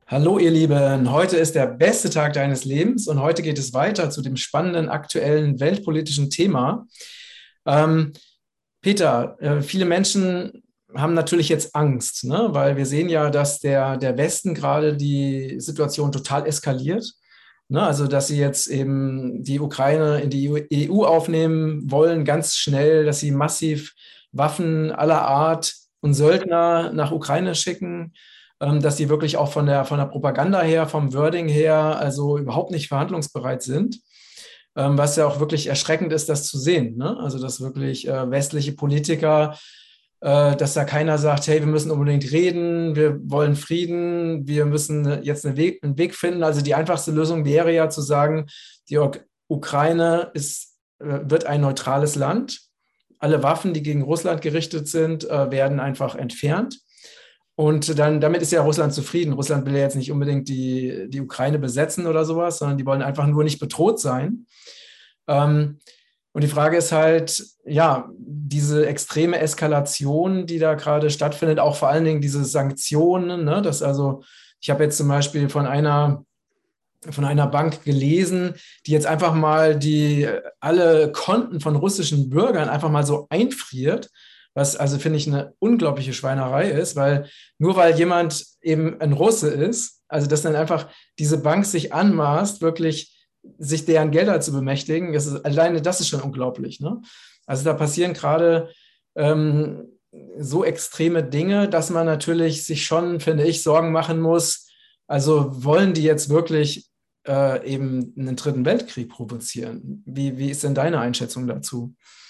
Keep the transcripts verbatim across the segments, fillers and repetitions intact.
Hallo ihr Lieben, heute ist der beste Tag deines Lebens und heute geht es weiter zu dem spannenden aktuellen weltpolitischen Thema. Ähm, Peter, äh, viele Menschen haben natürlich jetzt Angst, ne? Weil wir sehen ja, dass der, der Westen gerade die Situation total eskaliert. Ne? Also, dass sie jetzt eben die Ukraine in die E U aufnehmen wollen, ganz schnell, dass sie massiv Waffen aller Art und Söldner nach Ukraine schicken, ähm, dass die wirklich auch von der, von der Propaganda her, vom Wording her, also überhaupt nicht verhandlungsbereit sind. Ähm, was ja auch wirklich erschreckend ist, das zu sehen. Ne? Also, dass wirklich äh, westliche Politiker, äh, dass da keiner sagt, hey, wir müssen unbedingt reden, wir wollen Frieden, wir müssen jetzt einen Weg, einen Weg finden. Also die einfachste Lösung wäre ja zu sagen, die Ukraine ist, äh, wird ein neutrales Land. Alle Waffen, die gegen Russland gerichtet sind, äh, werden einfach entfernt. Und dann, damit ist ja Russland zufrieden. Russland will ja jetzt nicht unbedingt die, die Ukraine besetzen oder sowas, sondern die wollen einfach nur nicht bedroht sein. Ähm, und die Frage ist halt, ja, diese extreme Eskalation, die da gerade stattfindet, auch vor allen Dingen diese Sanktionen, ne, dass also, ich habe jetzt zum Beispiel von einer, von einer Bank gelesen, die jetzt einfach mal die alle Konten von russischen Bürgern einfach mal so einfriert, was also finde ich eine unglaubliche Schweinerei ist, weil nur weil jemand eben ein Russe ist, also dass dann einfach diese Bank sich anmaßt, wirklich sich deren Gelder zu bemächtigen, das ist, alleine das ist schon unglaublich. Ne? Also da passieren gerade ähm, so extreme Dinge, dass man natürlich sich schon, finde ich, Sorgen machen muss. Also wollen die jetzt wirklich äh, eben einen dritten Weltkrieg provozieren? Wie, wie ist denn deine Einschätzung dazu?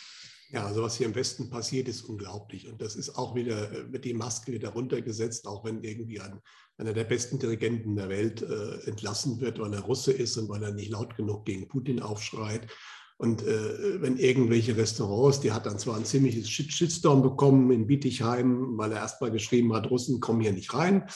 Ja, also was hier im Westen passiert, ist unglaublich. Und das ist auch wieder, wird die Maske wieder runtergesetzt, auch wenn irgendwie ein, einer der besten Dirigenten der Welt äh, entlassen wird, weil er Russe ist und weil er nicht laut genug gegen Putin aufschreit. Und äh, wenn irgendwelche Restaurants, die hat dann zwar ein ziemliches Shitstorm bekommen in Bietigheim, weil er erstmal geschrieben hat, Russen kommen hier nicht rein.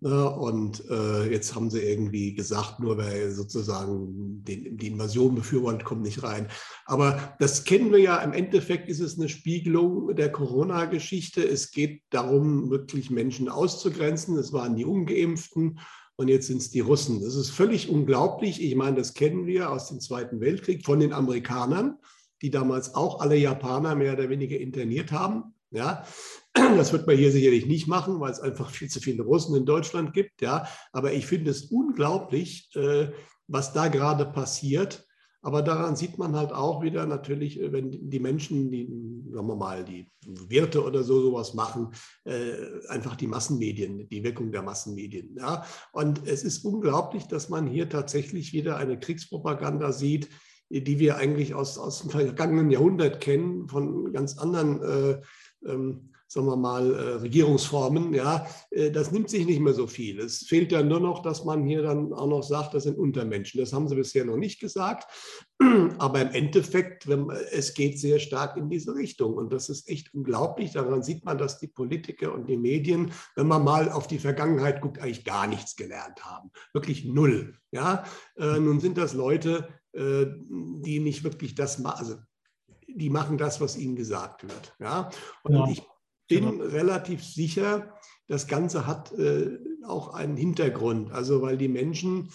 Und äh, jetzt haben sie irgendwie gesagt, nur wer sozusagen den, die Invasion befürwortet, kommt nicht rein. Aber das kennen wir ja, im Endeffekt ist es eine Spiegelung der Corona-Geschichte. Es geht darum, wirklich Menschen auszugrenzen. Es waren die Ungeimpften und jetzt sind es die Russen. Das ist völlig unglaublich. Ich meine, das kennen wir aus dem Zweiten Weltkrieg von den Amerikanern, die damals auch alle Japaner mehr oder weniger interniert haben. Ja, das wird man hier sicherlich nicht machen, weil es einfach viel zu viele Russen in Deutschland gibt. Ja, aber ich finde es unglaublich, äh, was da gerade passiert. Aber daran sieht man halt auch wieder natürlich, wenn die Menschen, die, sagen wir mal, die Wirte oder so sowas machen, äh, einfach die Massenmedien, die Wirkung der Massenmedien. Ja, und es ist unglaublich, dass man hier tatsächlich wieder eine Kriegspropaganda sieht, die wir eigentlich aus, aus dem vergangenen Jahrhundert kennen, von ganz anderen äh, ähm, sagen wir mal, äh, Regierungsformen, ja, äh, das nimmt sich nicht mehr so viel. Es fehlt ja nur noch, dass man hier dann auch noch sagt, das sind Untermenschen. Das haben sie bisher noch nicht gesagt. Aber im Endeffekt, wenn, es geht sehr stark in diese Richtung. Und das ist echt unglaublich. Daran sieht man, dass die Politiker und die Medien, wenn man mal auf die Vergangenheit guckt, eigentlich gar nichts gelernt haben. Wirklich null. Ja? Äh, nun sind das Leute, äh, die nicht wirklich das machen. Also, die machen das, was ihnen gesagt wird. Ja? Und Genau. ich Genau. bin relativ sicher, das Ganze hat äh, auch einen Hintergrund. Also weil die Menschen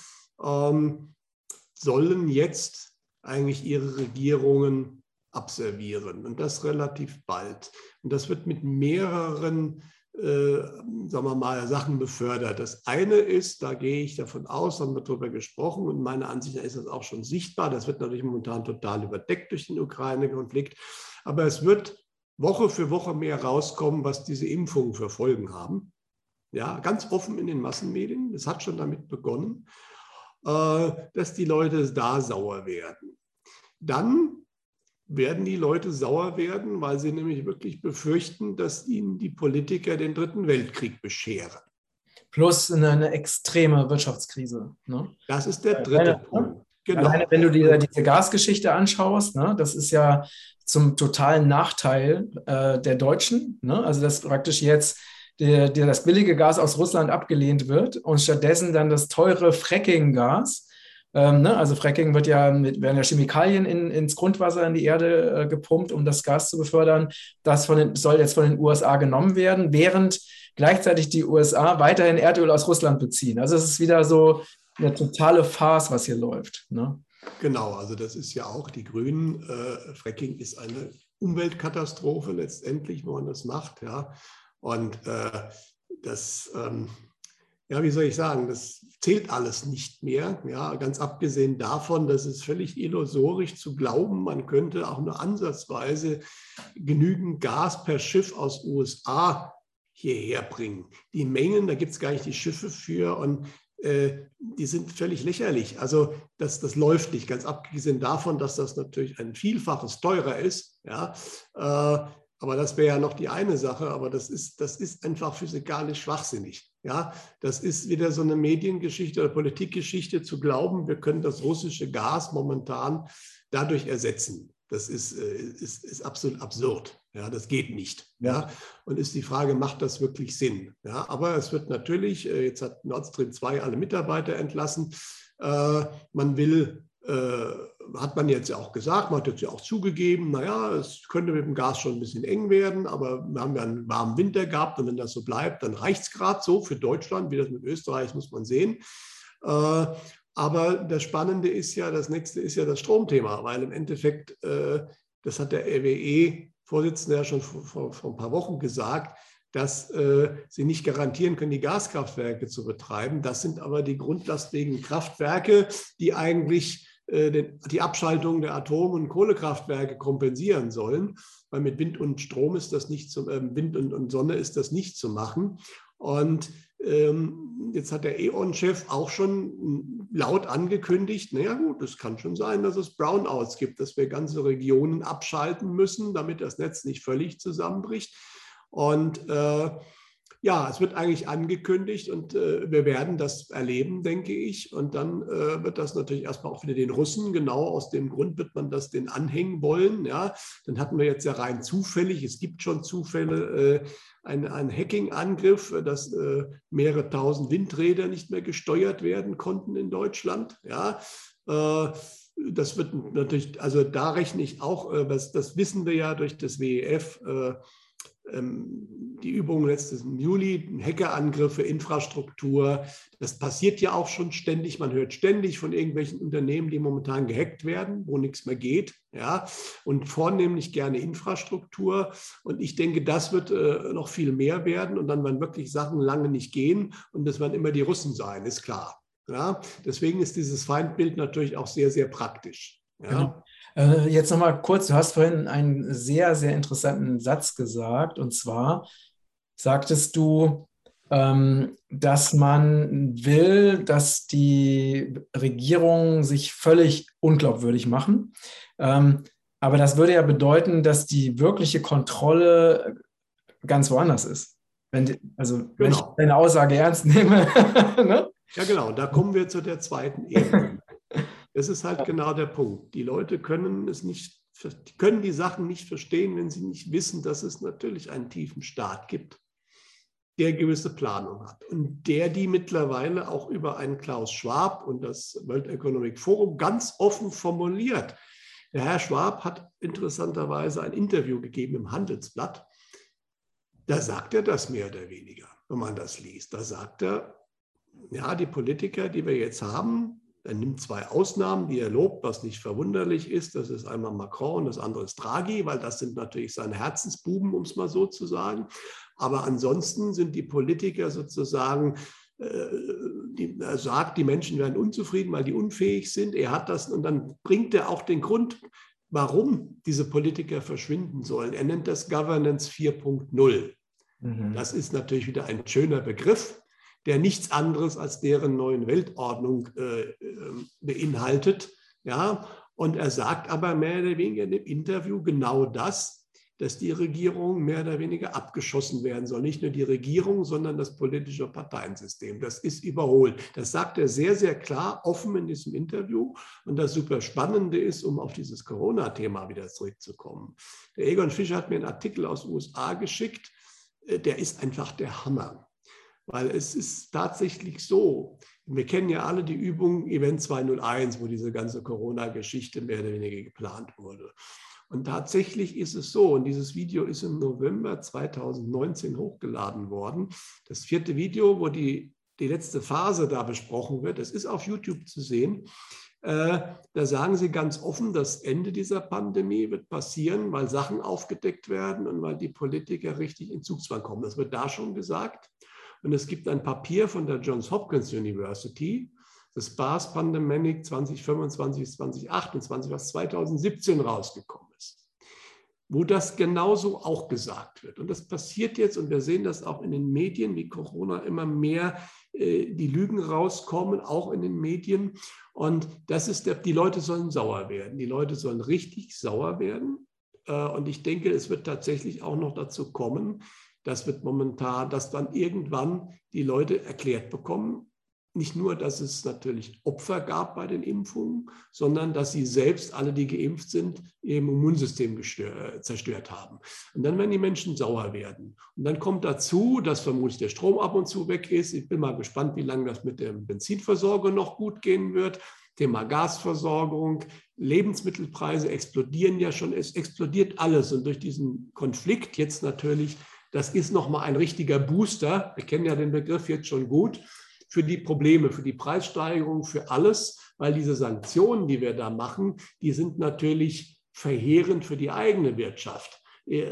ähm, sollen jetzt eigentlich ihre Regierungen abservieren und das relativ bald. Und das wird mit mehreren äh, sagen wir mal, Sachen befördert. Das eine ist, da gehe ich davon aus, haben wir darüber gesprochen und meiner Ansicht nach ist das auch schon sichtbar, das wird natürlich momentan total überdeckt durch den Ukraine-Konflikt, aber es wird Woche für Woche mehr rauskommen, was diese Impfungen für Folgen haben. Ja, ganz offen in den Massenmedien, das hat schon damit begonnen, äh, dass die Leute da sauer werden. Dann werden die Leute sauer werden, weil sie nämlich wirklich befürchten, dass ihnen die Politiker den Dritten Weltkrieg bescheren. Plus eine, eine extreme Wirtschaftskrise. Ne? Das ist der dritte Alleine, ne? Punkt. Alleine, Genau. wenn du dir Und diese Gasgeschichte anschaust, ne, das ist ja zum totalen Nachteil äh, der Deutschen. Ne? Also, dass praktisch jetzt der, der das billige Gas aus Russland abgelehnt wird und stattdessen dann das teure Fracking-Gas Ähm, ne? Also Fracking wird ja mit, werden ja Chemikalien in, ins Grundwasser, in die Erde äh, gepumpt, um das Gas zu befördern. Das von den, soll jetzt von den U S A genommen werden, während gleichzeitig die U S A weiterhin Erdöl aus Russland beziehen. Also es ist wieder so eine totale Farce, was hier läuft. Ne? Genau, also das ist ja auch die Grünen. Äh, Fracking ist eine Umweltkatastrophe letztendlich, wenn man das macht. Ja. Und äh, das, ähm, ja, wie soll ich sagen, das zählt alles nicht mehr. Ja, ganz abgesehen davon, dass es völlig illusorisch zu glauben, man könnte auch nur ansatzweise genügend Gas per Schiff aus U S A hierher bringen. Die Mengen, da gibt es gar nicht die Schiffe für und äh, die sind völlig lächerlich. Also das, das läuft nicht, ganz abgesehen davon, dass das natürlich ein Vielfaches teurer ist. Ja, äh, aber das wäre ja noch die eine Sache, aber das ist, das ist einfach physikalisch schwachsinnig. Ja, das ist wieder so eine Mediengeschichte oder Politikgeschichte zu glauben, wir können das russische Gas momentan dadurch ersetzen. Das ist, ist, ist absolut absurd. Ja, das geht nicht. Ja. Ja. Und ist die Frage, macht das wirklich Sinn? Ja, aber es wird natürlich, jetzt hat Nord Stream zwei alle Mitarbeiter entlassen. Äh, man will, äh, hat man jetzt ja auch gesagt, man hat jetzt ja auch zugegeben, naja, es könnte mit dem Gas schon ein bisschen eng werden, aber wir haben ja einen warmen Winter gehabt und wenn das so bleibt, dann reicht es gerade so für Deutschland. Wie das mit Österreich ist, muss man sehen. Äh, Aber das Spannende ist ja, das nächste ist ja das Stromthema, weil im Endeffekt, äh, das hat der R W E-Vorsitzende ja schon vor, vor, vor ein paar Wochen gesagt, dass äh, sie nicht garantieren können, die Gaskraftwerke zu betreiben. Das sind aber die grundlastigen Kraftwerke, die eigentlich äh, den, die Abschaltung der Atom- und Kohlekraftwerke kompensieren sollen, weil mit Wind und Strom ist das nicht zu, äh, Wind und, und Sonne ist das nicht zu machen. Und ähm, jetzt hat der E O N-Chef auch schon laut angekündigt, naja gut, es kann schon sein, dass es Brownouts gibt, dass wir ganze Regionen abschalten müssen, damit das Netz nicht völlig zusammenbricht. Und äh, ja, es wird eigentlich angekündigt und äh, wir werden das erleben, denke ich. Und dann äh, wird das natürlich erstmal auch wieder den Russen, genau aus dem Grund wird man das den anhängen wollen. Ja, dann hatten wir jetzt ja rein zufällig, es gibt schon Zufälle, äh, ein, ein Hacking-Angriff, dass äh, mehrere tausend Windräder nicht mehr gesteuert werden konnten in Deutschland. Ja, äh, das wird natürlich, also da rechne ich auch, äh, das, das wissen wir ja durch das W E F, äh, die Übungen letztes Juli, Hackerangriffe, Infrastruktur, das passiert ja auch schon ständig. Man hört ständig von irgendwelchen Unternehmen, die momentan gehackt werden, wo nichts mehr geht. Ja, und vornehmlich gerne Infrastruktur. Und ich denke, das wird äh, noch viel mehr werden. Und dann werden wirklich Sachen lange nicht gehen. Und das werden immer die Russen sein, ist klar. Ja, deswegen ist dieses Feindbild natürlich auch sehr, sehr praktisch. Ja. Genau. Äh, jetzt nochmal kurz, du hast vorhin einen sehr, sehr interessanten Satz gesagt, und zwar sagtest du, ähm, dass man will, dass die Regierungen sich völlig unglaubwürdig machen. Ähm, aber das würde ja bedeuten, dass die wirkliche Kontrolle ganz woanders ist. Wenn die, also, Genau. wenn ich deine Aussage ernst nehme. Ne? Ja, genau. Da kommen wir zu der zweiten Ebene. Das ist halt genau der Punkt. Die Leute können es nicht, die können die Sachen nicht verstehen, wenn sie nicht wissen, dass es natürlich einen tiefen Staat gibt, der gewisse Planung hat und der die mittlerweile auch über einen Klaus Schwab und das World Economic Forum ganz offen formuliert. Der Herr Schwab hat interessanterweise ein Interview gegeben im Handelsblatt. Da sagt er das mehr oder weniger, wenn man das liest. Da sagt er, ja, die Politiker, die wir jetzt haben, er nimmt zwei Ausnahmen, die er lobt, was nicht verwunderlich ist. Das ist einmal Macron und das andere ist Draghi, weil das sind natürlich seine Herzensbuben, um es mal so zu sagen. Aber ansonsten sind die Politiker sozusagen, äh, die, er sagt, die Menschen werden unzufrieden, weil die unfähig sind. Er hat das und dann bringt er auch den Grund, warum diese Politiker verschwinden sollen. Er nennt das Governance vier Punkt null. Mhm. Das ist natürlich wieder ein schöner Begriff, der nichts anderes als deren neuen Weltordnung äh, beinhaltet. Ja? Und er sagt aber mehr oder weniger in dem Interview genau das, dass die Regierung mehr oder weniger abgeschossen werden soll. Nicht nur die Regierung, sondern das politische Parteiensystem. Das ist überholt. Das sagt er sehr, sehr klar, offen in diesem Interview. Und das super Spannende ist, um auf dieses Corona-Thema wieder zurückzukommen. Der Egon Fischer hat mir einen Artikel aus den U S A geschickt. Der ist einfach der Hammer. Weil es ist tatsächlich so, Wir kennen ja alle die Übung Event zweihunderteins, wo diese ganze Corona-Geschichte mehr oder weniger geplant wurde. Und tatsächlich ist es so, und dieses Video ist im November zweitausendneunzehn hochgeladen worden. Das vierte Video, wo die, die letzte Phase da besprochen wird, das ist auf YouTube zu sehen. Äh, da sagen sie ganz offen, das Ende dieser Pandemie wird passieren, weil Sachen aufgedeckt werden und weil die Politiker richtig in Zugzwang kommen. Das wird da schon gesagt. Und es gibt ein Papier von der Johns Hopkins University, das SPARS Pandemic zwanzig fünfundzwanzig bis zwanzig achtundzwanzig, was zweitausendsiebzehn rausgekommen ist, wo das genauso auch gesagt wird. Und das passiert jetzt, und wir sehen das auch in den Medien, wie Corona immer mehr äh, die Lügen rauskommen, auch in den Medien. Und das ist der, die Leute sollen sauer werden. Die Leute sollen richtig sauer werden. Äh, und ich denke, es wird tatsächlich auch noch dazu kommen, das wird momentan, dass dann irgendwann die Leute erklärt bekommen, nicht nur, dass es natürlich Opfer gab bei den Impfungen, sondern dass sie selbst, alle, die geimpft sind, ihr Immunsystem gestört, zerstört haben. Und dann werden die Menschen sauer werden. Und dann kommt dazu, dass vermutlich der Strom ab und zu weg ist. Ich bin mal gespannt, wie lange das mit der Benzinversorgung noch gut gehen wird. Thema Gasversorgung, Lebensmittelpreise explodieren ja schon, es explodiert alles. Und durch diesen Konflikt jetzt natürlich, das ist nochmal ein richtiger Booster, wir kennen ja den Begriff jetzt schon gut, für die Probleme, für die Preissteigerung, für alles, weil diese Sanktionen, die wir da machen, die sind natürlich verheerend für die eigene Wirtschaft.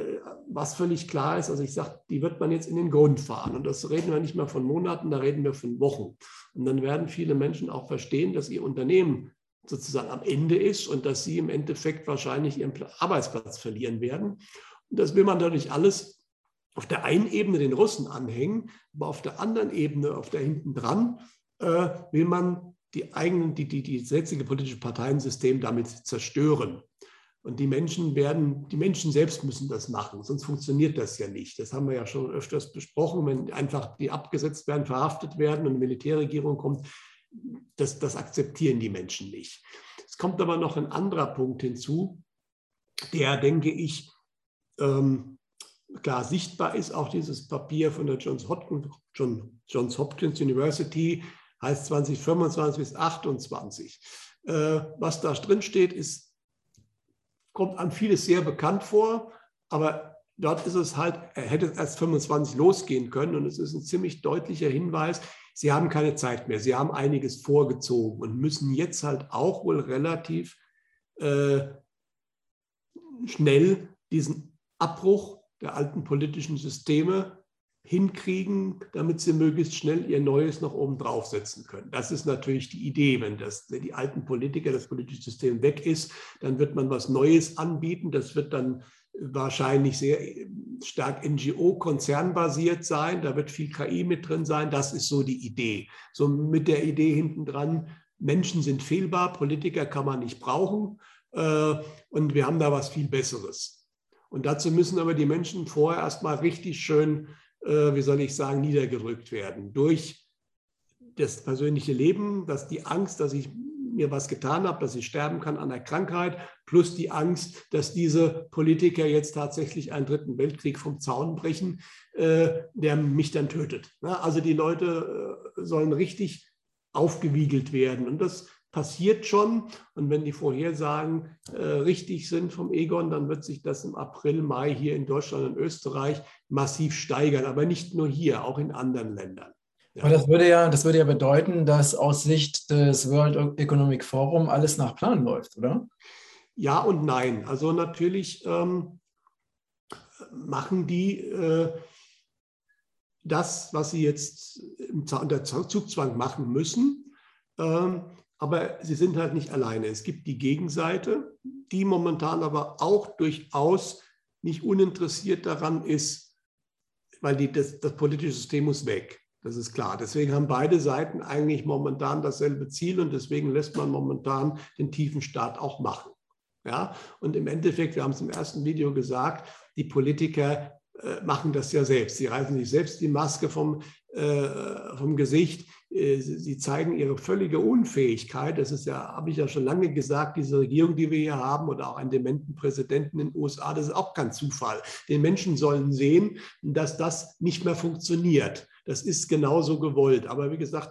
Was völlig klar ist, also ich sage, die wird man jetzt in den Grund fahren. Und das reden wir nicht mehr von Monaten, da reden wir von Wochen. Und dann werden viele Menschen auch verstehen, dass ihr Unternehmen sozusagen am Ende ist und dass sie im Endeffekt wahrscheinlich ihren Arbeitsplatz verlieren werden. Und das will man dadurch alles auf der einen Ebene den Russen anhängen, aber auf der anderen Ebene, auf der hinten dran, äh, will man die eigenen, die, die, die jetzige politische Parteiensystem damit zerstören. Und die Menschen werden, die Menschen selbst müssen das machen, sonst funktioniert das ja nicht. Das haben wir ja schon öfters besprochen, wenn einfach die abgesetzt werden, verhaftet werden und eine Militärregierung kommt, das, das akzeptieren die Menschen nicht. Es kommt aber noch ein anderer Punkt hinzu, der, denke ich, ähm, klar sichtbar ist. Auch dieses Papier von der Johns Hopkins, John, Johns Hopkins University heißt zwanzig fünfundzwanzig bis achtundzwanzig. Äh, was da drin steht, ist, kommt an vieles sehr bekannt vor, aber dort ist es halt, er hätte erst fünfundzwanzig losgehen können und es ist ein ziemlich deutlicher Hinweis, sie haben keine Zeit mehr, sie haben einiges vorgezogen und müssen jetzt halt auch wohl relativ äh, schnell diesen Abbruch der alten politischen Systeme hinkriegen, damit sie möglichst schnell ihr Neues noch oben draufsetzen können. Das ist natürlich die Idee. Wenn, das, wenn die alten Politiker, das politische System weg ist, dann wird man was Neues anbieten. Das wird dann wahrscheinlich sehr stark N G O-konzernbasiert sein. Da wird viel K I mit drin sein. Das ist so die Idee. So mit der Idee hinten dran, Menschen sind fehlbar, Politiker kann man nicht brauchen äh, und wir haben da was viel Besseres. Und dazu müssen aber die Menschen vorher erstmal richtig schön, äh, wie soll ich sagen, niedergedrückt werden. Durch das persönliche Leben, dass die Angst, dass ich mir was getan habe, dass ich sterben kann an der Krankheit, plus die Angst, dass diese Politiker jetzt tatsächlich einen dritten Weltkrieg vom Zaun brechen, äh, der mich dann tötet. Na, also die Leute äh, sollen richtig aufgewiegelt werden. Und das passiert schon. Und wenn die Vorhersagen äh, richtig sind vom Egon, dann wird sich das im April, Mai hier in Deutschland und Österreich massiv steigern. Aber nicht nur hier, auch in anderen Ländern. Ja. Aber das würde ja, das würde ja bedeuten, dass aus Sicht des World Economic Forum alles nach Plan läuft, oder? Ja und nein. Also natürlich ähm, machen die äh, das, was sie jetzt unter Zugzwang machen müssen. Ähm, Aber sie sind halt nicht alleine. Es gibt die Gegenseite, die momentan aber auch durchaus nicht uninteressiert daran ist, weil die, das, das politische System muss weg. Das ist klar. Deswegen haben beide Seiten eigentlich momentan dasselbe Ziel und deswegen lässt man momentan den tiefen Staat auch machen. Ja? Und im Endeffekt, wir haben es im ersten Video gesagt, die Politiker äh, machen das ja selbst. Sie reißen sich selbst die Maske vom, äh, vom Gesicht. Sie zeigen ihre völlige Unfähigkeit. Das ist ja, habe ich ja schon lange gesagt, diese Regierung, die wir hier haben oder auch einen dementen Präsidenten in den U S A, das ist auch kein Zufall. Die Menschen sollen sehen, dass das nicht mehr funktioniert. Das ist genauso gewollt. Aber wie gesagt, die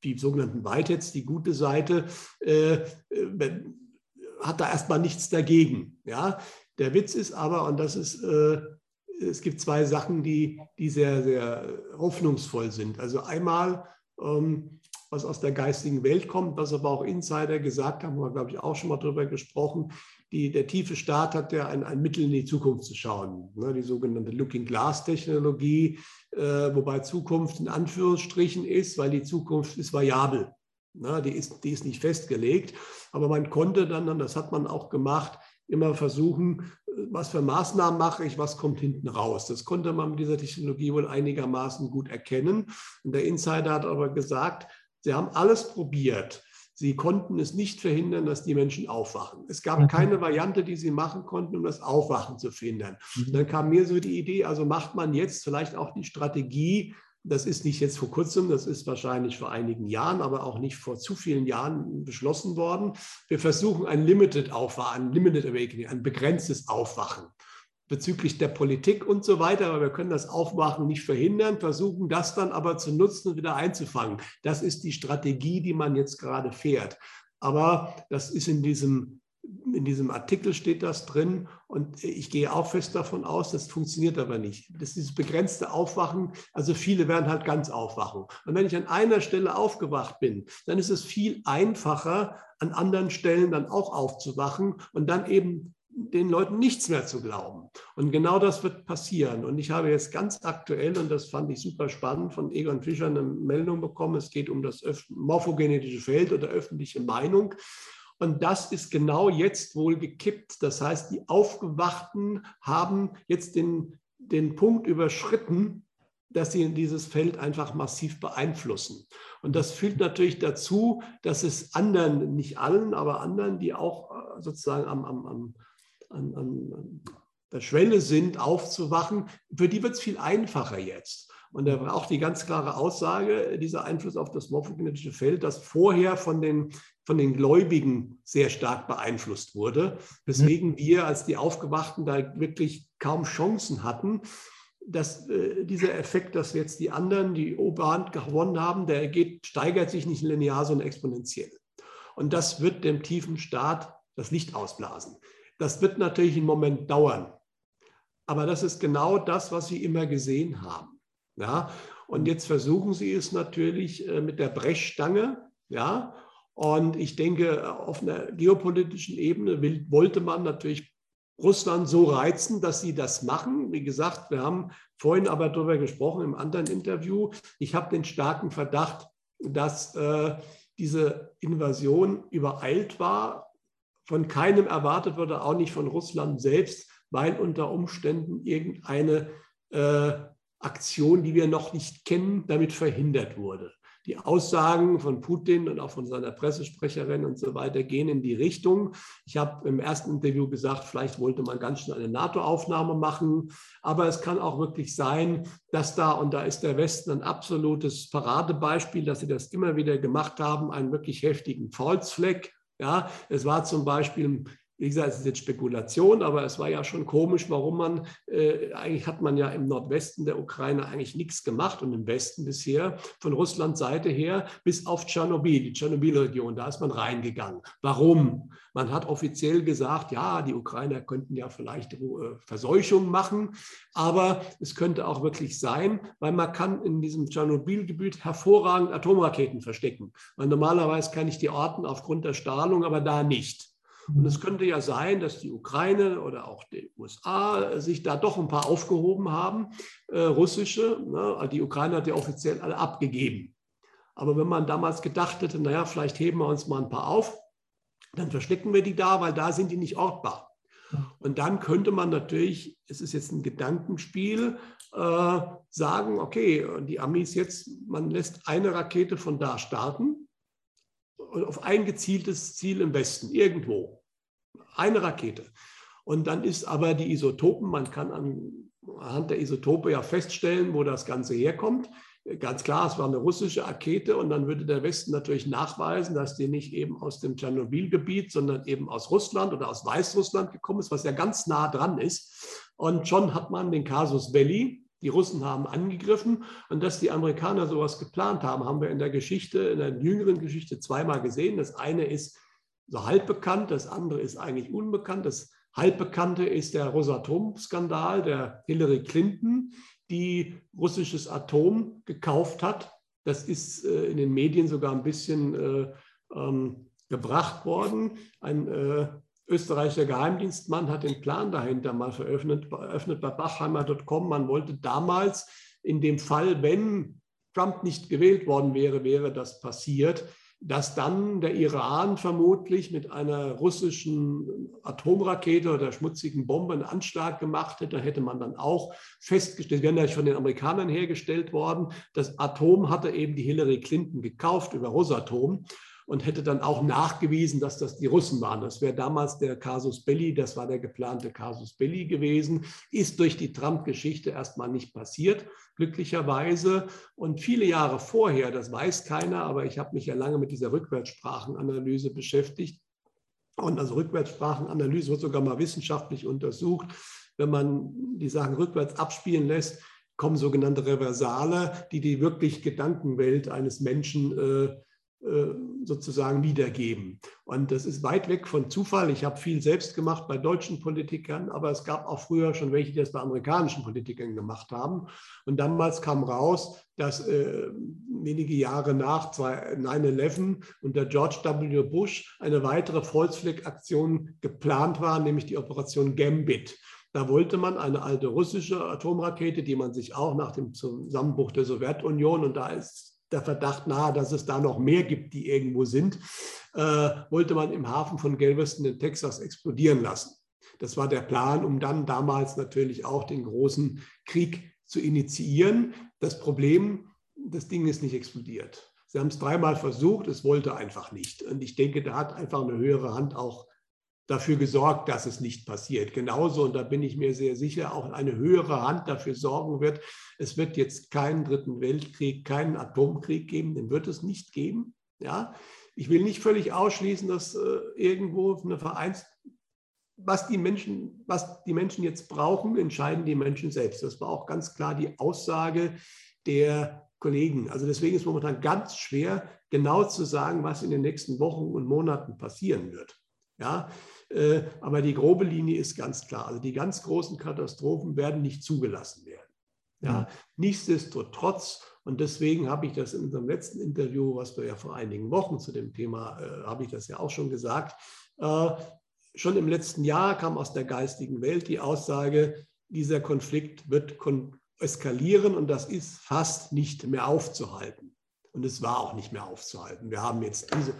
die sogenannten Whiteheads, die gute Seite, äh, äh, hat da erstmal nichts dagegen. Ja? Der Witz ist aber, und das ist, äh, es gibt zwei Sachen, die, die sehr, sehr hoffnungsvoll sind. Also einmal, ähm, was aus der geistigen Welt kommt, was aber auch Insider gesagt haben, haben wir, glaube ich, auch schon mal drüber gesprochen. Die, der tiefe Staat hat ja ein, ein Mittel in die Zukunft zu schauen, ne, die sogenannte Looking-Glass-Technologie, äh, wobei Zukunft in Anführungsstrichen ist, weil die Zukunft ist variabel. Ne, die, ist, die ist nicht festgelegt, aber man konnte dann, und das hat man auch gemacht, immer versuchen, was für Maßnahmen mache ich, was kommt hinten raus. Das konnte man mit dieser Technologie wohl einigermaßen gut erkennen. Und der Insider hat aber gesagt, sie haben alles probiert. Sie konnten es nicht verhindern, dass die Menschen aufwachen. Es gab keine Variante, die sie machen konnten, um das Aufwachen zu verhindern. Und dann kam mir so die Idee, also macht man jetzt vielleicht auch die Strategie, das ist nicht jetzt vor kurzem, das ist wahrscheinlich vor einigen Jahren, aber auch nicht vor zu vielen Jahren beschlossen worden. Wir versuchen ein Limited Aufwachen, ein Limited Awakening, ein begrenztes Aufwachen bezüglich der Politik und so weiter, aber wir können das Aufwachen nicht verhindern, versuchen das dann aber zu nutzen und wieder einzufangen. Das ist die Strategie, die man jetzt gerade fährt. Aber das ist in diesem, in diesem Artikel steht das drin und ich gehe auch fest davon aus, das funktioniert aber nicht. Das ist dieses begrenzte Aufwachen, also viele werden halt ganz aufwachen. Und wenn ich an einer Stelle aufgewacht bin, dann ist es viel einfacher, an anderen Stellen dann auch aufzuwachen und dann eben den Leuten nichts mehr zu glauben. Und genau das wird passieren. Und ich habe jetzt ganz aktuell, und das fand ich super spannend, von Egon Fischer eine Meldung bekommen, es geht um das morphogenetische Feld oder öffentliche Meinung. Und das ist genau jetzt wohl gekippt. Das heißt, die Aufgewachten haben jetzt den, den Punkt überschritten, dass sie in dieses Feld einfach massiv beeinflussen. Und das führt natürlich dazu, dass es anderen, nicht allen, aber anderen, die auch sozusagen am, am, am An, an der Schwelle sind, aufzuwachen, für die wird es viel einfacher jetzt. Und da war auch die ganz klare Aussage, dieser Einfluss auf das morphogenetische Feld, das vorher von den, von den Gläubigen sehr stark beeinflusst wurde, weswegen wir als die Aufgewachten da wirklich kaum Chancen hatten. Dass, äh, dieser Effekt, dass jetzt die anderen die Oberhand gewonnen haben, der geht, steigert sich nicht linear, sondern exponentiell. Und das wird dem tiefen Staat das Licht ausblasen. Das wird natürlich einen Moment dauern, aber das ist genau das, was Sie immer gesehen haben. Ja? Und jetzt versuchen Sie es natürlich mit der Brechstange. Ja? Und ich denke, auf einer geopolitischen Ebene will, wollte man natürlich Russland so reizen, dass sie das machen. Wie gesagt, wir haben vorhin aber darüber gesprochen im anderen Interview. Ich habe den starken Verdacht, dass äh, diese Invasion übereilt war, von keinem erwartet wurde, auch nicht von Russland selbst, weil unter Umständen irgendeine äh, Aktion, die wir noch nicht kennen, damit verhindert wurde. Die Aussagen von Putin und auch von seiner Pressesprecherin und so weiter gehen in die Richtung. Ich habe im ersten Interview gesagt, vielleicht wollte man ganz schnell eine NATO-Aufnahme machen, aber es kann auch wirklich sein, dass da, und da ist der Westen ein absolutes Paradebeispiel, dass sie das immer wieder gemacht haben, einen wirklich heftigen False Flag. Ja, es war zum Beispiel, wie gesagt, es ist jetzt Spekulation, aber es war ja schon komisch, warum man, äh, eigentlich hat man ja im Nordwesten der Ukraine eigentlich nichts gemacht und im Westen bisher von Russlands Seite her bis auf Tschernobyl, die Tschernobyl-Region, da ist man reingegangen. Warum? Man hat offiziell gesagt, ja, die Ukrainer könnten ja vielleicht äh, Verseuchung machen, aber es könnte auch wirklich sein, weil man kann in diesem Tschernobyl-Gebiet hervorragend Atomraketen verstecken. Weil normalerweise kann ich die orten aufgrund der Strahlung, aber da nicht. Und es könnte ja sein, dass die Ukraine oder auch die U S A sich da doch ein paar aufgehoben haben, äh, russische. Ne? Die Ukraine hat ja offiziell alle abgegeben. Aber wenn man damals gedacht hätte, naja, vielleicht heben wir uns mal ein paar auf, dann verstecken wir die da, weil da sind die nicht ortbar. Und dann könnte man natürlich, es ist jetzt ein Gedankenspiel, äh, sagen, okay, die Amis jetzt, man lässt eine Rakete von da starten, auf ein gezieltes Ziel im Westen, irgendwo. Eine Rakete. Und dann ist aber die Isotopen, man kann anhand der Isotope ja feststellen, wo das Ganze herkommt. Ganz klar, es war eine russische Rakete und dann würde der Westen natürlich nachweisen, dass die nicht eben aus dem Tschernobyl-Gebiet, sondern eben aus Russland oder aus Weißrussland gekommen ist, was ja ganz nah dran ist. Und schon hat man den Casus Belli. Die Russen haben angegriffen und dass die Amerikaner sowas geplant haben, haben wir in der Geschichte, in der jüngeren Geschichte zweimal gesehen. Das eine ist so halb bekannt, das andere ist eigentlich unbekannt. Das halbbekannte ist der Rosatom-Skandal der Hillary Clinton, die russisches Atom gekauft hat. Das ist äh, in den Medien sogar ein bisschen äh, ähm, gebracht worden. Ein äh, österreichischer Geheimdienstmann hat den Plan dahinter mal veröffentlicht, veröffentlicht bei Bachheimer Punkt com. Man wollte damals in dem Fall, wenn Trump nicht gewählt worden wäre, wäre das passiert, dass dann der Iran vermutlich mit einer russischen Atomrakete oder schmutzigen Bombe einen Anschlag gemacht hätte. Da hätte man dann auch festgestellt, wäre natürlich von den Amerikanern hergestellt worden, das Atom hatte eben die Hillary Clinton gekauft über Rosatom und hätte dann auch nachgewiesen, dass das die Russen waren. Das wäre damals der Casus Belli, das war der geplante Casus Belli gewesen, ist durch die Trump-Geschichte erstmal nicht passiert, glücklicherweise. Und viele Jahre vorher, das weiß keiner, aber ich habe mich ja lange mit dieser Rückwärtssprachenanalyse beschäftigt. Und also Rückwärtssprachenanalyse wird sogar mal wissenschaftlich untersucht. Wenn man die Sachen rückwärts abspielen lässt, kommen sogenannte Reversale, die die wirklich Gedankenwelt eines Menschen äh, sozusagen wiedergeben. Und das ist weit weg von Zufall. Ich habe viel selbst gemacht bei deutschen Politikern, aber es gab auch früher schon welche, die das bei amerikanischen Politikern gemacht haben. Und damals kam raus, dass äh, wenige Jahre nach neun elf unter George W. Bush eine weitere Volksfleck-Aktion geplant war, nämlich die Operation Gambit. Da wollte man eine alte russische Atomrakete, die man sich auch nach dem Zusammenbruch der Sowjetunion, und da ist der Verdacht nahe, dass es da noch mehr gibt, die irgendwo sind, äh, wollte man im Hafen von Galveston in Texas explodieren lassen. Das war der Plan, um dann damals natürlich auch den großen Krieg zu initiieren. Das Problem, das Ding ist nicht explodiert. Sie haben es dreimal versucht, es wollte einfach nicht. Und ich denke, da hat einfach eine höhere Hand auch dafür gesorgt, dass es nicht passiert. Genauso, und da bin ich mir sehr sicher, auch eine höhere Hand dafür sorgen wird, es wird jetzt keinen dritten Weltkrieg, keinen Atomkrieg geben, den wird es nicht geben. Ja? Ich will nicht völlig ausschließen, dass äh, irgendwo eine Vereins... Was die Menschen, was die Menschen jetzt brauchen, entscheiden die Menschen selbst. Das war auch ganz klar die Aussage der Kollegen. Also deswegen ist es momentan ganz schwer, genau zu sagen, was in den nächsten Wochen und Monaten passieren wird. Ja, äh, aber die grobe Linie ist ganz klar. Also die ganz großen Katastrophen werden nicht zugelassen werden. Ja, mhm. Nichtsdestotrotz, und deswegen habe ich das in unserem letzten Interview, was wir ja vor einigen Wochen zu dem Thema, äh, habe ich das ja auch schon gesagt, äh, schon im letzten Jahr kam aus der geistigen Welt die Aussage, dieser Konflikt wird kon- eskalieren und das ist fast nicht mehr aufzuhalten. Und es war auch nicht mehr aufzuhalten. Wir haben jetzt diese...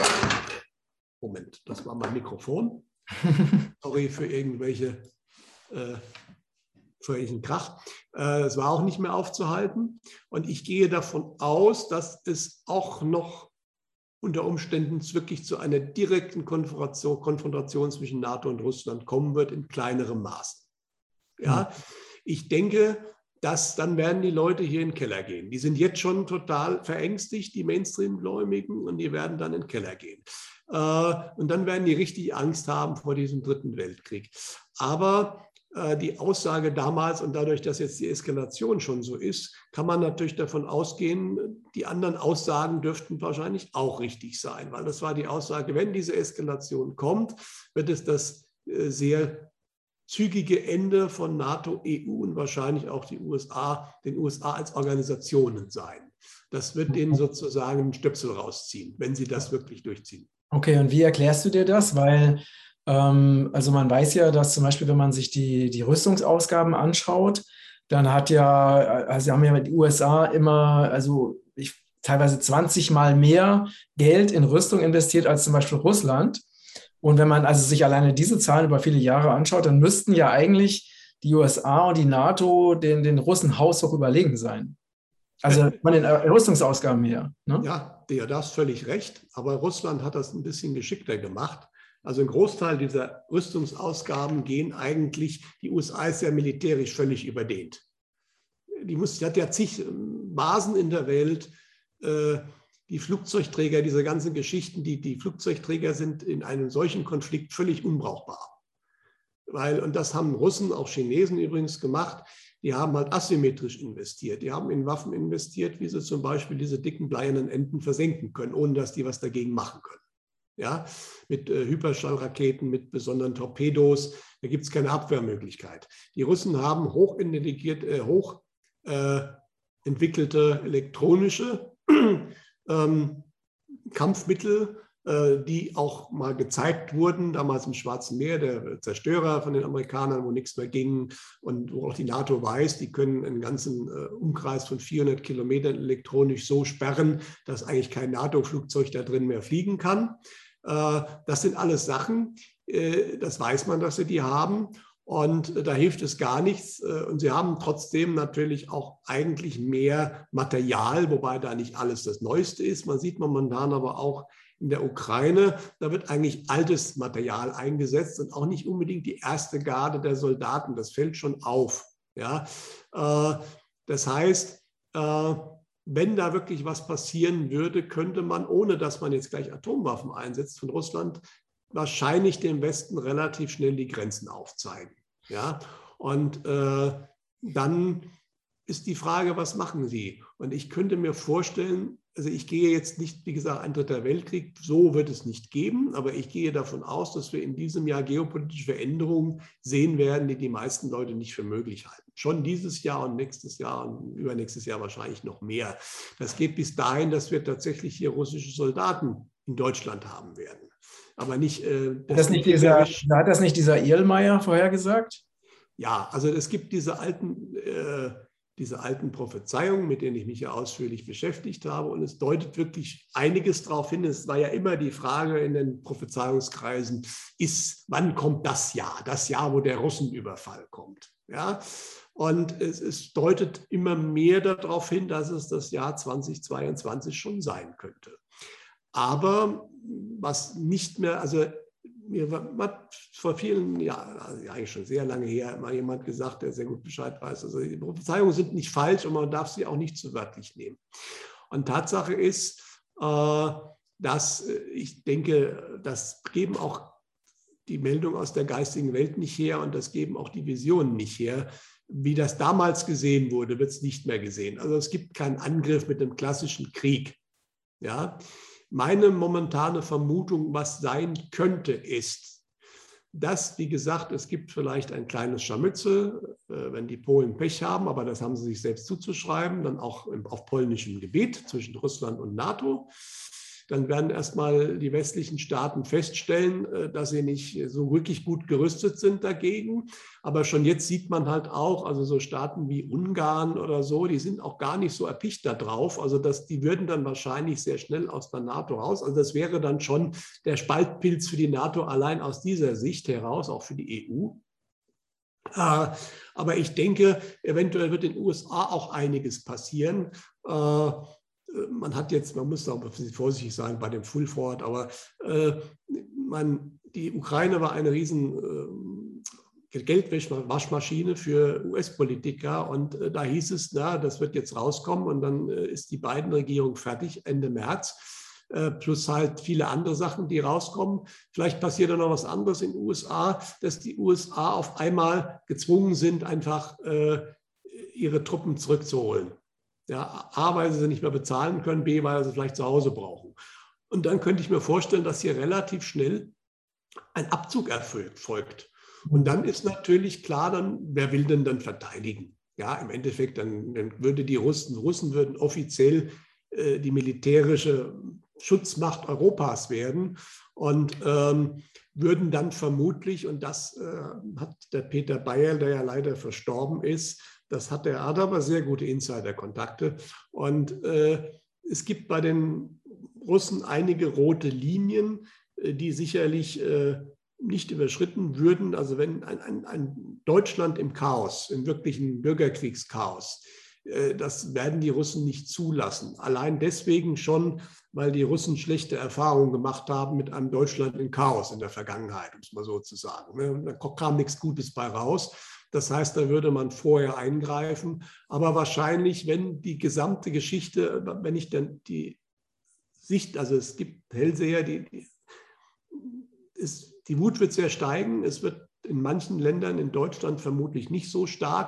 Moment, das war mein Mikrofon. Sorry für irgendwelche äh, für irgendwelchen Krach. Äh, es war auch nicht mehr aufzuhalten. Und ich gehe davon aus, dass es auch noch unter Umständen wirklich zu einer direkten Konfrontation, Konfrontation zwischen NATO und Russland kommen wird, in kleinerem Maße. Ja, ich denke, dass dann werden die Leute hier in den Keller gehen. Die sind jetzt schon total verängstigt, die Mainstream-Gläubigen, und die werden dann in den Keller gehen. Und dann werden die richtig Angst haben vor diesem dritten Weltkrieg. Aber die Aussage damals, und dadurch, dass jetzt die Eskalation schon so ist, kann man natürlich davon ausgehen, die anderen Aussagen dürften wahrscheinlich auch richtig sein, weil das war die Aussage, wenn diese Eskalation kommt, wird es das sehr zügige Ende von NATO, E U und wahrscheinlich auch die U S A, den U S A als Organisationen sein. Das wird denen sozusagen einen Stöpsel rausziehen, wenn sie das wirklich durchziehen. Okay, und wie erklärst du dir das? Weil, ähm, also man weiß ja, dass zum Beispiel, wenn man sich die, die Rüstungsausgaben anschaut, dann hat ja, also haben ja die U S A immer, also ich, teilweise zwanzig Mal mehr Geld in Rüstung investiert als zum Beispiel Russland. Und wenn man also sich alleine diese Zahlen über viele Jahre anschaut, dann müssten ja eigentlich die U S A und die NATO den, den Russen haushoch überlegen sein. Also von den Rüstungsausgaben her. Ne? Ja, ja, da hast völlig recht. Aber Russland hat das ein bisschen geschickter gemacht. Also ein Großteil dieser Rüstungsausgaben gehen eigentlich, die U S A ist ja militärisch völlig überdehnt. Die, muss, die hat ja zig Basen in der Welt. Äh, die Flugzeugträger, diese ganzen Geschichten, die, die Flugzeugträger sind in einem solchen Konflikt völlig unbrauchbar. Weil, und das haben Russen, auch Chinesen übrigens gemacht, die haben halt asymmetrisch investiert. Die haben in Waffen investiert, wie sie zum Beispiel diese dicken bleiernen Enten versenken können, ohne dass die was dagegen machen können. Ja, mit äh, Hyperschallraketen, mit besonderen Torpedos, da gibt es keine Abwehrmöglichkeit. Die Russen haben hochintelligiert, äh, hoch äh, entwickelte elektronische ähm, Kampfmittel, äh, die auch mal gezeigt wurden, damals im Schwarzen Meer, der Zerstörer von den Amerikanern, wo nichts mehr ging und wo auch die NATO weiß, die können einen ganzen äh, Umkreis von vierhundert Kilometern elektronisch so sperren, dass eigentlich kein NATO-Flugzeug da drin mehr fliegen kann. Äh, das sind alles Sachen, äh, das weiß man, dass sie die haben. Und da hilft es gar nichts. Und sie haben trotzdem natürlich auch eigentlich mehr Material, wobei da nicht alles das Neueste ist. Man sieht momentan aber auch in der Ukraine, da wird eigentlich altes Material eingesetzt und auch nicht unbedingt die erste Garde der Soldaten. Das fällt schon auf. Ja? Das heißt, wenn da wirklich was passieren würde, könnte man, ohne dass man jetzt gleich Atomwaffen einsetzt von Russland, wahrscheinlich dem Westen relativ schnell die Grenzen aufzeigen. Ja? Und äh, dann ist die Frage, was machen sie? Und ich könnte mir vorstellen, also ich gehe jetzt nicht, wie gesagt, ein dritter Weltkrieg, so wird es nicht geben, aber ich gehe davon aus, dass wir in diesem Jahr geopolitische Veränderungen sehen werden, die die meisten Leute nicht für möglich halten. Schon dieses Jahr und nächstes Jahr und übernächstes Jahr wahrscheinlich noch mehr. Das geht bis dahin, dass wir tatsächlich hier russische Soldaten in Deutschland haben werden. Aber nicht, äh, das das nicht dieser, hat das nicht dieser Irlmeier vorhergesagt? Ja, also es gibt diese alten, äh, diese alten Prophezeiungen, mit denen ich mich ja ausführlich beschäftigt habe. Und es deutet wirklich einiges darauf hin. Es war ja immer die Frage in den Prophezeiungskreisen, ist, wann kommt das Jahr? Das Jahr, wo der Russenüberfall kommt. Ja? Und es, es deutet immer mehr darauf hin, dass es das Jahr zweitausendzweiundzwanzig schon sein könnte. Aber was nicht mehr, also mir hat vor vielen Jahren, also eigentlich schon sehr lange her, mal jemand gesagt, der sehr gut Bescheid weiß, also die Prophezeiungen sind nicht falsch und man darf sie auch nicht zu wörtlich nehmen. Und Tatsache ist, dass ich denke, das geben auch die Meldungen aus der geistigen Welt nicht her und das geben auch die Visionen nicht her. Wie das damals gesehen wurde, wird es nicht mehr gesehen. Also es gibt keinen Angriff mit dem klassischen Krieg. Ja. Meine momentane Vermutung, was sein könnte, ist, dass, wie gesagt, es gibt vielleicht ein kleines Scharmützel, wenn die Polen Pech haben, aber das haben sie sich selbst zuzuschreiben, dann auch auf polnischem Gebiet zwischen Russland und NATO. Dann werden erstmal die westlichen Staaten feststellen, dass sie nicht so wirklich gut gerüstet sind dagegen. Aber schon jetzt sieht man halt auch, also so Staaten wie Ungarn oder so, die sind auch gar nicht so erpicht da drauf. Also das, die würden dann wahrscheinlich sehr schnell aus der NATO raus. Also das wäre dann schon der Spaltpilz für die NATO allein aus dieser Sicht heraus, auch für die E U. Aber ich denke, eventuell wird in den U S A auch einiges passieren. Man hat jetzt, man muss auch vorsichtig sein bei dem Full Forward, aber äh, man, die Ukraine war eine riesen äh, Geldwaschmaschine für U S-Politiker und äh, da hieß es, na, das wird jetzt rauskommen und dann äh, ist die Biden-Regierung fertig Ende März, äh, plus halt viele andere Sachen, die rauskommen. Vielleicht passiert da noch was anderes in den U S A, dass die U S A auf einmal gezwungen sind, einfach äh, ihre Truppen zurückzuholen. Ja, A, weil sie sie nicht mehr bezahlen können, B, weil sie vielleicht zu Hause brauchen. Und dann könnte ich mir vorstellen, dass hier relativ schnell ein Abzug erfolgt. Und dann ist natürlich klar, dann, wer will denn dann verteidigen? Ja, im Endeffekt, dann, dann würde die Russen, Russen würden offiziell äh, die militärische Schutzmacht Europas werden und ähm, würden dann vermutlich, und das äh, hat der Peter Bayer, der ja leider verstorben ist, das hat er, hat aber sehr gute Insider-Kontakte. Und äh, es gibt bei den Russen einige rote Linien, äh, die sicherlich äh, nicht überschritten würden. Also wenn ein, ein, ein Deutschland im Chaos, im wirklichen Bürgerkriegschaos, äh, das werden die Russen nicht zulassen. Allein deswegen schon, weil die Russen schlechte Erfahrungen gemacht haben mit einem Deutschland im Chaos in der Vergangenheit, um es mal so zu sagen. Da kam nichts Gutes bei raus. Das heißt, da würde man vorher eingreifen. Aber wahrscheinlich, wenn die gesamte Geschichte, wenn ich dann die Sicht, also es gibt Hellseher, die, die, ist, die Wut wird sehr steigen. Es wird in manchen Ländern, in Deutschland vermutlich nicht so stark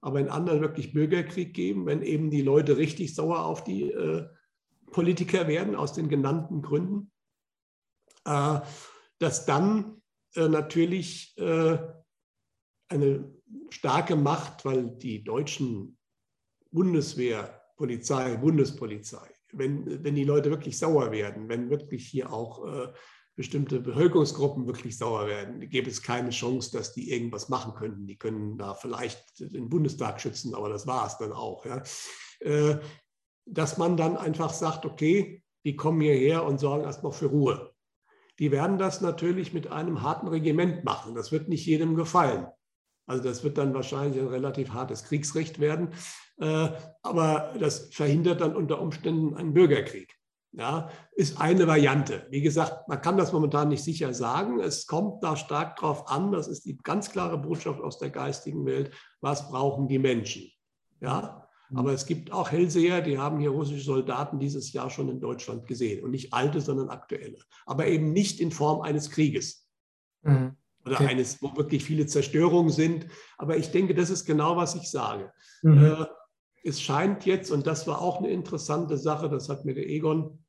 aber in anderen wirklich Bürgerkrieg geben, wenn eben die Leute richtig sauer auf die äh, Politiker werden, aus den genannten Gründen, äh, dass dann äh, natürlich äh, eine starke Macht, weil die deutschen Bundeswehr, Polizei, Bundespolizei, wenn, wenn die Leute wirklich sauer werden, wenn wirklich hier auch äh, bestimmte Bevölkerungsgruppen wirklich sauer werden, gäbe es keine Chance, dass die irgendwas machen könnten. Die können da vielleicht den Bundestag schützen, aber das war es dann auch. Ja. Äh, dass man dann einfach sagt, okay, die kommen hierher und sorgen erstmal für Ruhe. Die werden das natürlich mit einem harten Regiment machen. Das wird nicht jedem gefallen. Also das wird dann wahrscheinlich ein relativ hartes Kriegsrecht werden. Äh, aber das verhindert dann unter Umständen einen Bürgerkrieg. Ja, ist eine Variante. Wie gesagt, man kann das momentan nicht sicher sagen. Es kommt da stark drauf an, das ist die ganz klare Botschaft aus der geistigen Welt, was brauchen die Menschen. Ja, aber es gibt auch Hellseher, die haben hier russische Soldaten dieses Jahr schon in Deutschland gesehen. Und nicht alte, sondern aktuelle. Aber eben nicht in Form eines Krieges. Mhm. Oder okay. eines, wo wirklich viele Zerstörungen sind. Aber ich denke, das ist genau, was ich sage. Mhm. Äh, es scheint jetzt, und das war auch eine interessante Sache, das hat mir der Egon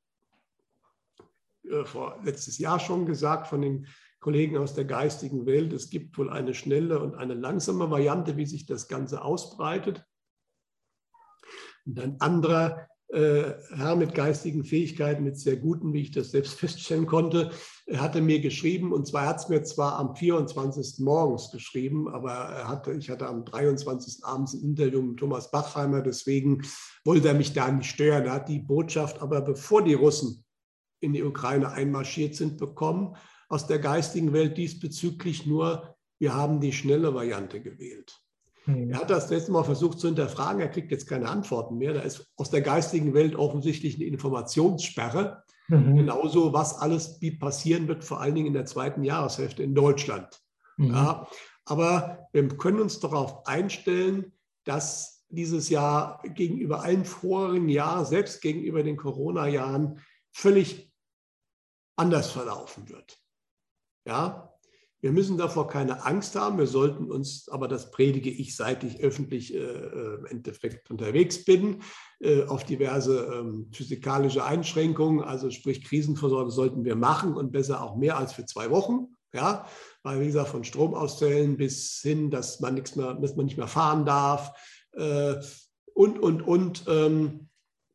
äh, vor letztes Jahr schon gesagt von den Kollegen aus der geistigen Welt, es gibt wohl eine schnelle und eine langsame Variante, wie sich das Ganze ausbreitet. Und ein anderer äh, Herr mit geistigen Fähigkeiten, mit sehr guten, wie ich das selbst feststellen konnte, er hatte mir geschrieben, und zwar hat es mir zwar am vierundzwanzigsten morgens geschrieben, aber er hatte, ich hatte am dreiundzwanzigsten abends ein Interview mit Thomas Bachheimer, deswegen wollte er mich da nicht stören. Er hat die Botschaft aber, bevor die Russen in die Ukraine einmarschiert sind, bekommen, aus der geistigen Welt diesbezüglich nur, wir haben die schnelle Variante gewählt. Er hat das letzte Mal versucht zu hinterfragen, er kriegt jetzt keine Antworten mehr. Da ist aus der geistigen Welt offensichtlich eine Informationssperre. Mhm. Genauso, was alles wie passieren wird, vor allen Dingen in der zweiten Jahreshälfte in Deutschland. Mhm. Ja, aber wir können uns darauf einstellen, dass dieses Jahr gegenüber allen vorigen Jahren, selbst gegenüber den Corona-Jahren, völlig anders verlaufen wird. Ja. Wir müssen davor keine Angst haben, wir sollten uns, aber das predige ich, seit ich öffentlich äh, im Endeffekt unterwegs bin, äh, auf diverse ähm, physikalische Einschränkungen, also sprich Krisenversorgung sollten wir machen und besser auch mehr als für zwei Wochen. Ja, weil wie gesagt, von Stromausfällen bis hin, dass man, nichts mehr, dass man nicht mehr fahren darf äh, und, und, und. Ähm,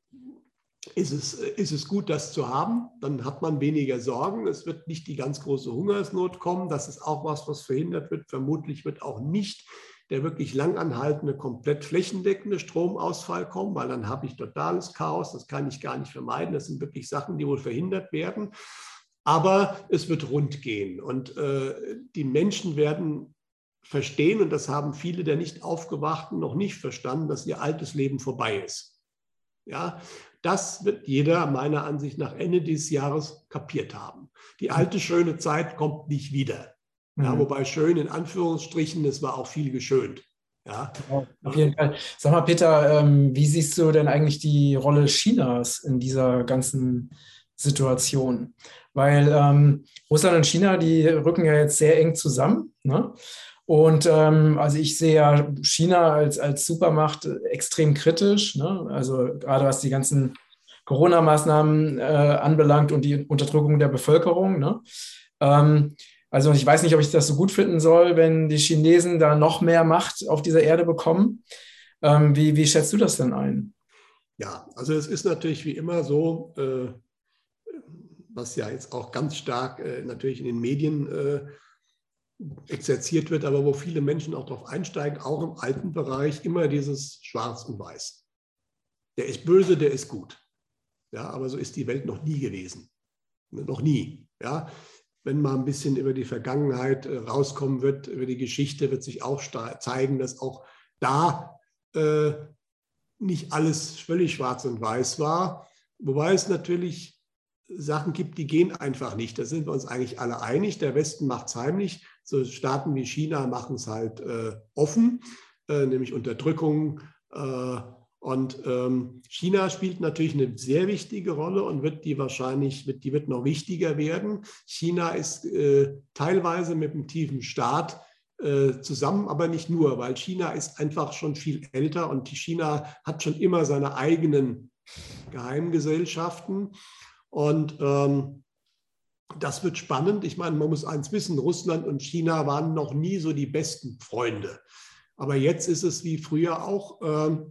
Ist es, ist es gut, das zu haben, dann hat man weniger Sorgen. Es wird nicht die ganz große Hungersnot kommen. Das ist auch was, was verhindert wird. Vermutlich wird auch nicht der wirklich langanhaltende, komplett flächendeckende Stromausfall kommen, weil dann habe ich totales Chaos. Das kann ich gar nicht vermeiden. Das sind wirklich Sachen, die wohl verhindert werden. Aber es wird rund gehen. Und äh, die Menschen werden verstehen, und das haben viele der nicht Aufgewachten noch nicht verstanden, dass ihr altes Leben vorbei ist. Ja, das wird jeder meiner Ansicht nach Ende dieses Jahres kapiert haben. Die alte schöne Zeit kommt nicht wieder. Ja, mhm. Wobei schön in Anführungsstrichen, es war auch viel geschönt. Ja. Ja, auf jeden Fall. Sag mal, Peter, ähm, wie siehst du denn eigentlich die Rolle Chinas in dieser ganzen Situation? Weil ähm, Russland und China, die rücken ja jetzt sehr eng zusammen, ne? Und ähm, also ich sehe ja China als, als Supermacht extrem kritisch, ne? Also gerade was die ganzen Corona-Maßnahmen äh, anbelangt und die Unterdrückung der Bevölkerung, ne? Ähm, also ich weiß nicht, ob ich das so gut finden soll, wenn die Chinesen da noch mehr Macht auf dieser Erde bekommen. Ähm, wie, wie schätzt du das denn ein? Ja, also es ist natürlich wie immer so, äh, was ja jetzt auch ganz stark äh, natürlich in den Medien äh, exerziert wird, aber wo viele Menschen auch darauf einsteigen, auch im alten Bereich, immer dieses Schwarz und Weiß. Der ist böse, der ist gut. Ja, aber so ist die Welt noch nie gewesen. Noch nie. Ja. Wenn mal ein bisschen über die Vergangenheit äh, rauskommen wird, über die Geschichte, wird sich auch zeigen, dass auch da äh, nicht alles völlig schwarz und weiß war. Wobei es natürlich Sachen gibt, die gehen einfach nicht. Da sind wir uns eigentlich alle einig. Der Westen macht es heimlich. So Staaten wie China machen es halt äh, offen, äh, nämlich Unterdrückung. Äh, und ähm, China spielt natürlich eine sehr wichtige Rolle und wird die wahrscheinlich, wird, die wird noch wichtiger werden. China ist äh, teilweise mit einem tiefen Staat äh, zusammen, aber nicht nur, weil China ist einfach schon viel älter und China hat schon immer seine eigenen Geheimgesellschaften. Und ähm, das wird spannend. Ich meine, man muss eins wissen, Russland und China waren noch nie so die besten Freunde. Aber jetzt ist es wie früher auch, ähm,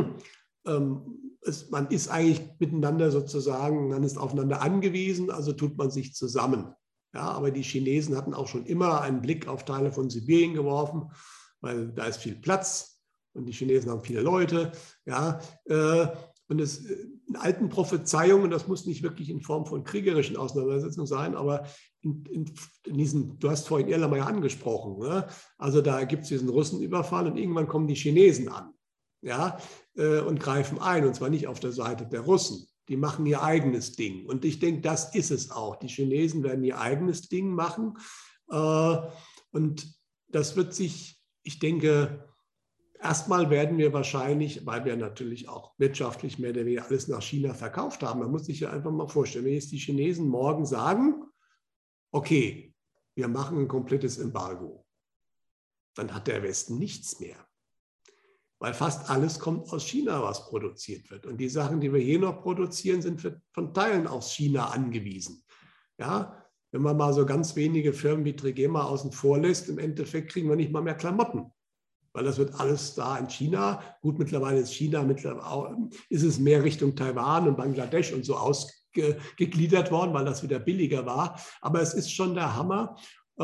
ähm, es, man ist eigentlich miteinander sozusagen, man ist aufeinander angewiesen, also tut man sich zusammen. Ja, aber die Chinesen hatten auch schon immer einen Blick auf Teile von Sibirien geworfen, weil da ist viel Platz und die Chinesen haben viele Leute. Ja, äh, und es, in alten Prophezeiungen, das muss nicht wirklich in Form von kriegerischen Auseinandersetzungen sein, aber in, in, in diesen, du hast vorhin Erlenmeyer angesprochen, ne? Also da gibt es diesen Russenüberfall und irgendwann kommen die Chinesen an, ja, äh, und greifen ein, und zwar nicht auf der Seite der Russen. Die machen ihr eigenes Ding. Und ich denke, das ist es auch. Die Chinesen werden ihr eigenes Ding machen. Äh, und das wird sich, ich denke, erstmal werden wir wahrscheinlich, weil wir natürlich auch wirtschaftlich mehr oder weniger alles nach China verkauft haben, man muss sich ja einfach mal vorstellen, wenn jetzt die Chinesen morgen sagen, okay, wir machen ein komplettes Embargo, dann hat der Westen nichts mehr. Weil fast alles kommt aus China, was produziert wird. Und die Sachen, die wir hier noch produzieren, sind von Teilen aus China angewiesen. Ja, wenn man mal so ganz wenige Firmen wie Trigema außen vor lässt, im Endeffekt kriegen wir nicht mal mehr Klamotten. Weil das wird alles da in China. Gut, mittlerweile ist China, mittlerweile ist es mehr Richtung Taiwan und Bangladesch und so ausgegliedert worden, weil das wieder billiger war. Aber es ist schon der Hammer.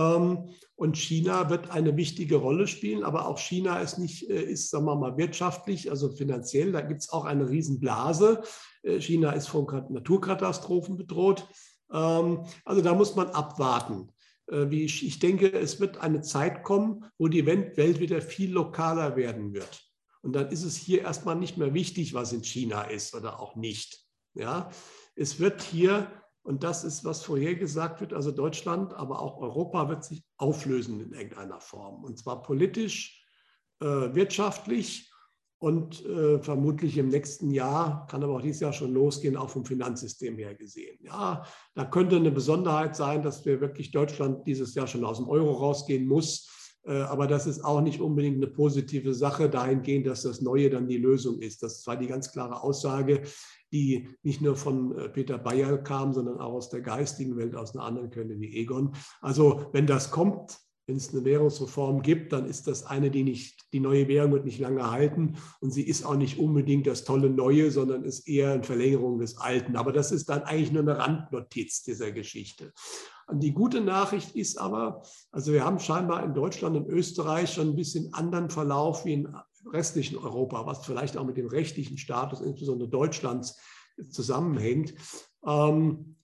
Und China wird eine wichtige Rolle spielen, aber auch China ist nicht, ist, sagen wir mal, wirtschaftlich, also finanziell, da gibt es auch eine Riesenblase. China ist von Naturkatastrophen bedroht. Also da muss man abwarten. Wie ich, ich denke, es wird eine Zeit kommen, wo die Welt wieder viel lokaler werden wird. Und dann ist es hier erstmal nicht mehr wichtig, was in China ist oder auch nicht. Ja? Es wird hier, und das ist, was vorhergesagt wird, also Deutschland, aber auch Europa wird sich auflösen in irgendeiner Form. Und zwar politisch, äh, wirtschaftlich und äh, vermutlich im nächsten Jahr, kann aber auch dieses Jahr schon losgehen, auch vom Finanzsystem her gesehen. Ja, da könnte eine Besonderheit sein, dass wir wirklich Deutschland dieses Jahr schon aus dem Euro rausgehen muss. Äh, aber das ist auch nicht unbedingt eine positive Sache dahingehend, dass das Neue dann die Lösung ist. Das war die ganz klare Aussage, die nicht nur von Peter Bayer kam, sondern auch aus der geistigen Welt, aus einer anderen Quelle wie Egon. Also wenn das kommt, wenn es eine Währungsreform gibt, dann ist das eine, die nicht, die neue Währung wird nicht lange halten und sie ist auch nicht unbedingt das tolle Neue, sondern ist eher eine Verlängerung des Alten. Aber das ist dann eigentlich nur eine Randnotiz dieser Geschichte. Und die gute Nachricht ist aber, also wir haben scheinbar in Deutschland und Österreich schon ein bisschen anderen Verlauf wie in restlichen Europa, was vielleicht auch mit dem rechtlichen Status, insbesondere Deutschlands, zusammenhängt. Ähm,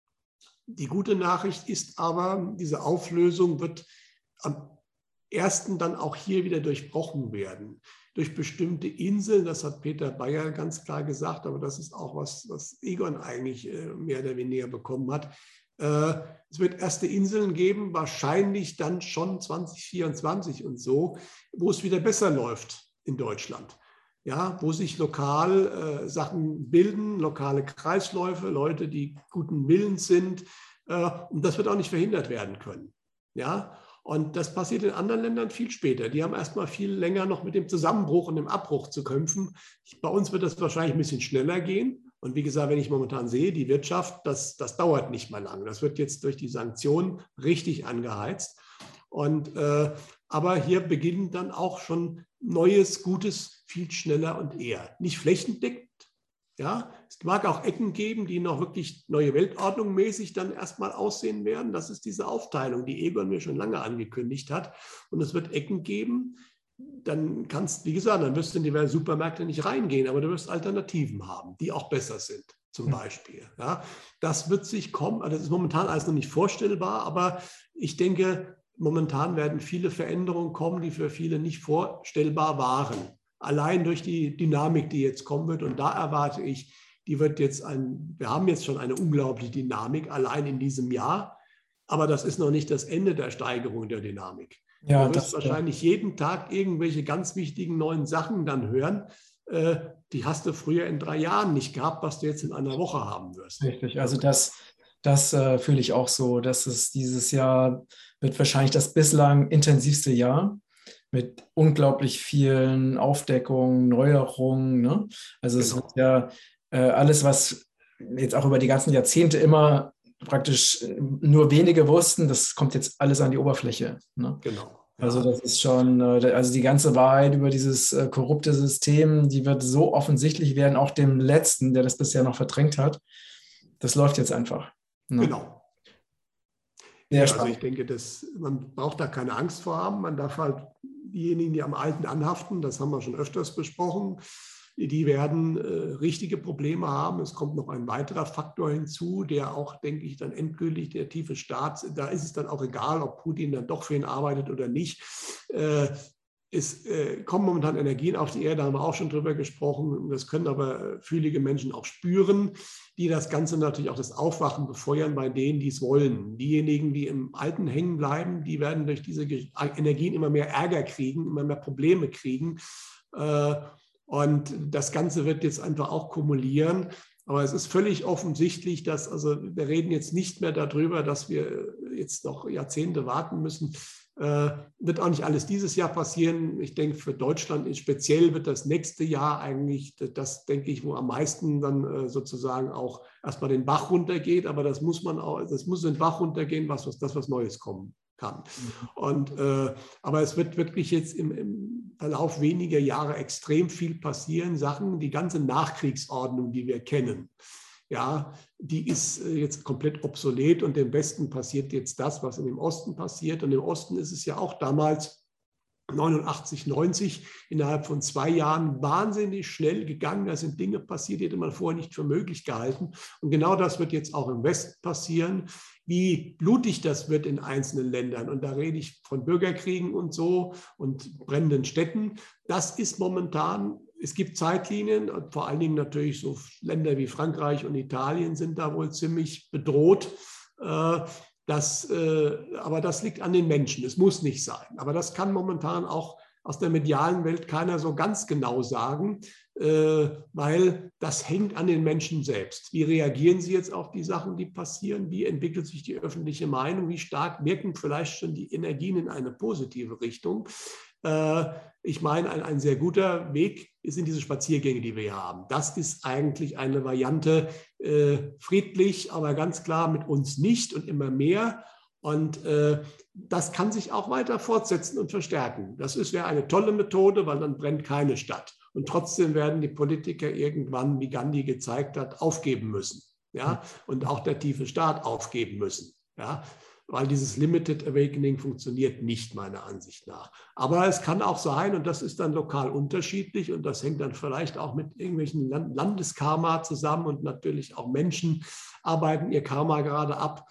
die gute Nachricht ist aber, diese Auflösung wird am ersten dann auch hier wieder durchbrochen werden. Durch bestimmte Inseln, das hat Peter Bayer ganz klar gesagt, aber das ist auch was, was Egon eigentlich mehr oder weniger bekommen hat. Es wird erste Inseln geben, wahrscheinlich dann schon zwanzig vierundzwanzig und so, wo es wieder besser läuft in Deutschland. Ja, wo sich lokal äh, Sachen bilden, lokale Kreisläufe, Leute, die guten Willens sind. Äh, und das wird auch nicht verhindert werden können. Ja, und das passiert in anderen Ländern viel später. Die haben erstmal viel länger noch mit dem Zusammenbruch und dem Abbruch zu kämpfen. Bei uns wird das wahrscheinlich ein bisschen schneller gehen. Und wie gesagt, wenn ich momentan sehe, die Wirtschaft, das, das dauert nicht mal lange. Das wird jetzt durch die Sanktionen richtig angeheizt. Und, äh, aber hier beginnt dann auch schon Neues, Gutes viel schneller und eher. Nicht flächendeckend. Ja, es mag auch Ecken geben, die noch wirklich neue Weltordnung mäßig dann erstmal aussehen werden. Das ist diese Aufteilung, die Egon mir schon lange angekündigt hat. Und es wird Ecken geben, dann kannst, wie gesagt, dann wirst du in die Supermärkte nicht reingehen, aber du wirst Alternativen haben, die auch besser sind, zum Beispiel. Ja, das wird sich kommen, also das ist momentan alles noch nicht vorstellbar, aber ich denke, momentan werden viele Veränderungen kommen, die für viele nicht vorstellbar waren. Allein durch die Dynamik, die jetzt kommen wird. Und da erwarte ich, die wird jetzt ein, wir haben jetzt schon eine unglaubliche Dynamik allein in diesem Jahr, aber das ist noch nicht das Ende der Steigerung der Dynamik. Ja, du wirst das, wahrscheinlich ja. jeden Tag irgendwelche ganz wichtigen neuen Sachen dann hören, äh, die hast du früher in drei Jahren nicht gehabt, was du jetzt in einer Woche haben wirst. Richtig, also das, das äh, fühle ich auch so, dass es dieses Jahr wird wahrscheinlich das bislang intensivste Jahr mit unglaublich vielen Aufdeckungen, Neuerungen. Ne? Also es wird Genau. ja äh, alles, was jetzt auch über die ganzen Jahrzehnte immer praktisch nur wenige wussten, das kommt jetzt alles an die Oberfläche. Ne? Genau. Also Ja. das ist schon, äh, also die ganze Wahrheit über dieses äh, korrupte System, die wird so offensichtlich werden, auch dem Letzten, der das bisher noch verdrängt hat. Das läuft jetzt einfach. Ne? Genau. Sehr Nee, also ich spannend. denke, dass man braucht da keine Angst vor haben. Man darf halt diejenigen, die am Alten anhaften, das haben wir schon öfters besprochen, die werden äh, richtige Probleme haben. Es kommt noch ein weiterer Faktor hinzu, der auch, denke ich, dann endgültig der tiefe Staat, da ist es dann auch egal, ob Putin dann doch für ihn arbeitet oder nicht. Äh, Es äh, kommen momentan Energien auf die Erde, da haben wir auch schon drüber gesprochen. Das können aber fühlige Menschen auch spüren, die das Ganze natürlich auch das Aufwachen befeuern bei denen, die es wollen. Diejenigen, die im Alten hängen bleiben, die werden durch diese Energien immer mehr Ärger kriegen, immer mehr Probleme kriegen. Äh, und das Ganze wird jetzt einfach auch kumulieren. Aber es ist völlig offensichtlich, dass, also wir reden jetzt nicht mehr darüber, dass wir jetzt noch Jahrzehnte warten müssen. Äh, wird auch nicht alles dieses Jahr passieren. Ich denke, für Deutschland speziell wird das nächste Jahr eigentlich, das denke ich, wo am meisten dann äh, sozusagen auch erstmal den Bach runtergeht. Aber das muss man auch, das muss den Bach runtergehen, was, was das was Neues kommen kann. Und, äh, aber es wird wirklich jetzt im, im Verlauf weniger Jahre extrem viel passieren. Sachen, die ganze Nachkriegsordnung, die wir kennen, ja, die ist jetzt komplett obsolet und im Westen passiert jetzt das, was im Osten passiert. Und im Osten ist es ja auch damals neunundachtzig, neunzig innerhalb von zwei Jahren wahnsinnig schnell gegangen. Da sind Dinge passiert, die hätte man vorher nicht für möglich gehalten. Und genau das wird jetzt auch im Westen passieren. Wie blutig das wird in einzelnen Ländern, und da rede ich von Bürgerkriegen und so und brennenden Städten, das ist momentan, es gibt Zeitlinien, vor allen Dingen natürlich so Länder wie Frankreich und Italien sind da wohl ziemlich bedroht. Das, aber das liegt an den Menschen, es muss nicht sein. Aber das kann momentan auch aus der medialen Welt keiner so ganz genau sagen, weil das hängt an den Menschen selbst. Wie reagieren sie jetzt auf die Sachen, die passieren? Wie entwickelt sich die öffentliche Meinung? Wie stark wirken vielleicht schon die Energien in eine positive Richtung? Ich meine, ein, ein sehr guter Weg sind diese Spaziergänge, die wir hier haben. Das ist eigentlich eine Variante, äh, friedlich, aber ganz klar mit uns nicht und immer mehr. Und äh, das kann sich auch weiter fortsetzen und verstärken. Das ist ja eine tolle Methode, weil dann brennt keine Stadt. Und trotzdem werden die Politiker irgendwann, wie Gandhi gezeigt hat, aufgeben müssen. Ja? Und auch der tiefe Staat aufgeben müssen. Ja? Weil dieses Limited Awakening funktioniert nicht, meiner Ansicht nach. Aber es kann auch sein, und das ist dann lokal unterschiedlich, und das hängt dann vielleicht auch mit irgendwelchen Landeskarma zusammen, und natürlich auch Menschen arbeiten ihr Karma gerade ab.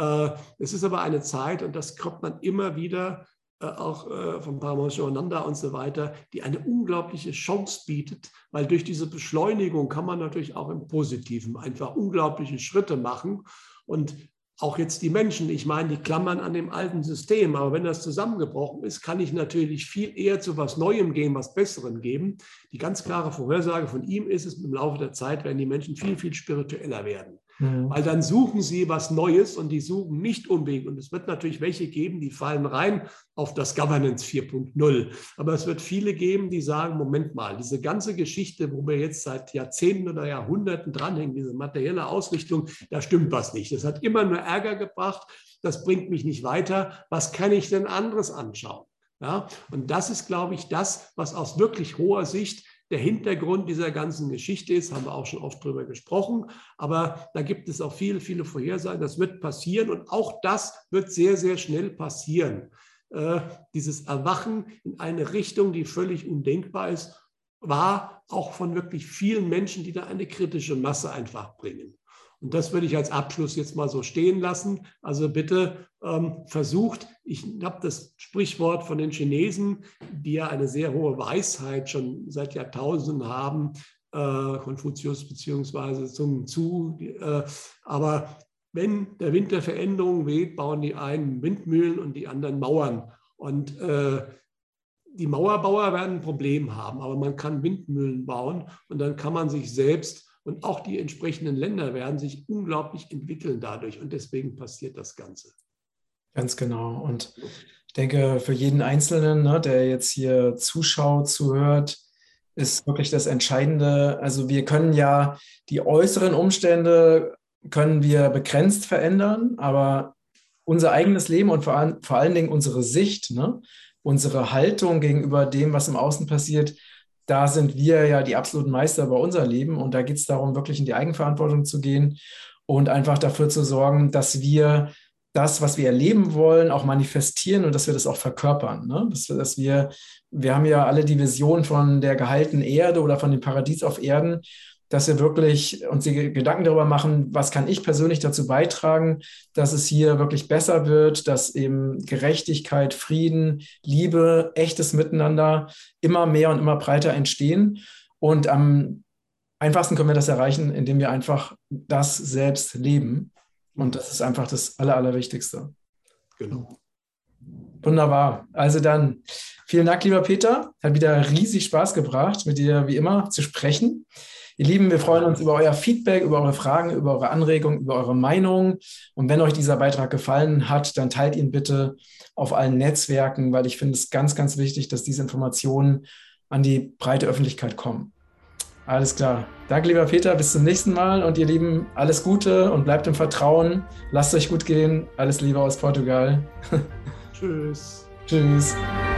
Es ist aber eine Zeit, und das kommt man immer wieder, auch von Paramoshwananda und so weiter, die eine unglaubliche Chance bietet, weil durch diese Beschleunigung kann man natürlich auch im Positiven einfach unglaubliche Schritte machen. Und auch jetzt die Menschen, ich meine, die klammern an dem alten System, aber wenn das zusammengebrochen ist, kann ich natürlich viel eher zu was Neuem gehen, was Besserem geben. Die ganz klare Vorhersage von ihm ist es, im Laufe der Zeit werden die Menschen viel, viel spiritueller werden. Mhm. Weil dann suchen sie was Neues, und die suchen nicht unbedingt. Und es wird natürlich welche geben, die fallen rein auf das Governance vier Punkt null. Aber es wird viele geben, die sagen, Moment mal, diese ganze Geschichte, wo wir jetzt seit Jahrzehnten oder Jahrhunderten dranhängen, diese materielle Ausrichtung, da stimmt was nicht. Das hat immer nur Ärger gebracht, das bringt mich nicht weiter. Was kann ich denn anderes anschauen? Ja, und das ist, glaube ich, das, was aus wirklich hoher Sicht der Hintergrund dieser ganzen Geschichte ist, haben wir auch schon oft drüber gesprochen, aber da gibt es auch viele, viele Vorhersagen, das wird passieren, und auch das wird sehr, sehr schnell passieren. Äh, dieses Erwachen in eine Richtung, die völlig undenkbar ist, war auch von wirklich vielen Menschen, die da eine kritische Masse einfach bringen. Und das würde ich als Abschluss jetzt mal so stehen lassen. Also bitte ähm, versucht, ich habe das Sprichwort von den Chinesen, die ja eine sehr hohe Weisheit schon seit Jahrtausenden haben, äh, Konfuzius beziehungsweise Sun Tzu, äh, aber wenn der Wind der Veränderung weht, bauen die einen Windmühlen und die anderen Mauern. Und äh, die Mauerbauer werden ein Problem haben, aber man kann Windmühlen bauen, und dann kann man sich selbst, und auch die entsprechenden Länder werden sich unglaublich entwickeln dadurch, und deswegen passiert das Ganze. Ganz genau. Und ich denke, für jeden Einzelnen, ne, der jetzt hier zuschaut, zuhört, ist wirklich das Entscheidende. Also wir können ja die äußeren Umstände können wir begrenzt verändern, aber unser eigenes Leben und vor, allem, vor allen Dingen unsere Sicht, ne, unsere Haltung gegenüber dem, was im Außen passiert, da sind wir ja die absoluten Meister über unser Leben. Und da geht es darum, wirklich in die Eigenverantwortung zu gehen und einfach dafür zu sorgen, dass wir das, was wir erleben wollen, auch manifestieren und dass wir das auch verkörpern. Ne? Dass, dass wir, wir haben ja alle die Vision von der geheilten Erde oder von dem Paradies auf Erden, dass wir wirklich uns die Gedanken darüber machen, was kann ich persönlich dazu beitragen, dass es hier wirklich besser wird, dass eben Gerechtigkeit, Frieden, Liebe, echtes Miteinander immer mehr und immer breiter entstehen. Und am einfachsten können wir das erreichen, indem wir einfach das selbst leben. Und das ist einfach das Aller, Allerwichtigste. Genau. Wunderbar. Also dann, vielen Dank, lieber Peter. Hat wieder riesig Spaß gebracht, mit dir wie immer zu sprechen. Ihr Lieben, wir freuen uns über euer Feedback, über eure Fragen, über eure Anregungen, über eure Meinungen. Und wenn euch dieser Beitrag gefallen hat, dann teilt ihn bitte auf allen Netzwerken, weil ich finde es ganz, ganz wichtig, dass diese Informationen an die breite Öffentlichkeit kommen. Alles klar. Danke, lieber Peter. Bis zum nächsten Mal. Und ihr Lieben, alles Gute und bleibt im Vertrauen. Lasst euch gut gehen. Alles Liebe aus Portugal. Tschüss. Tschüss.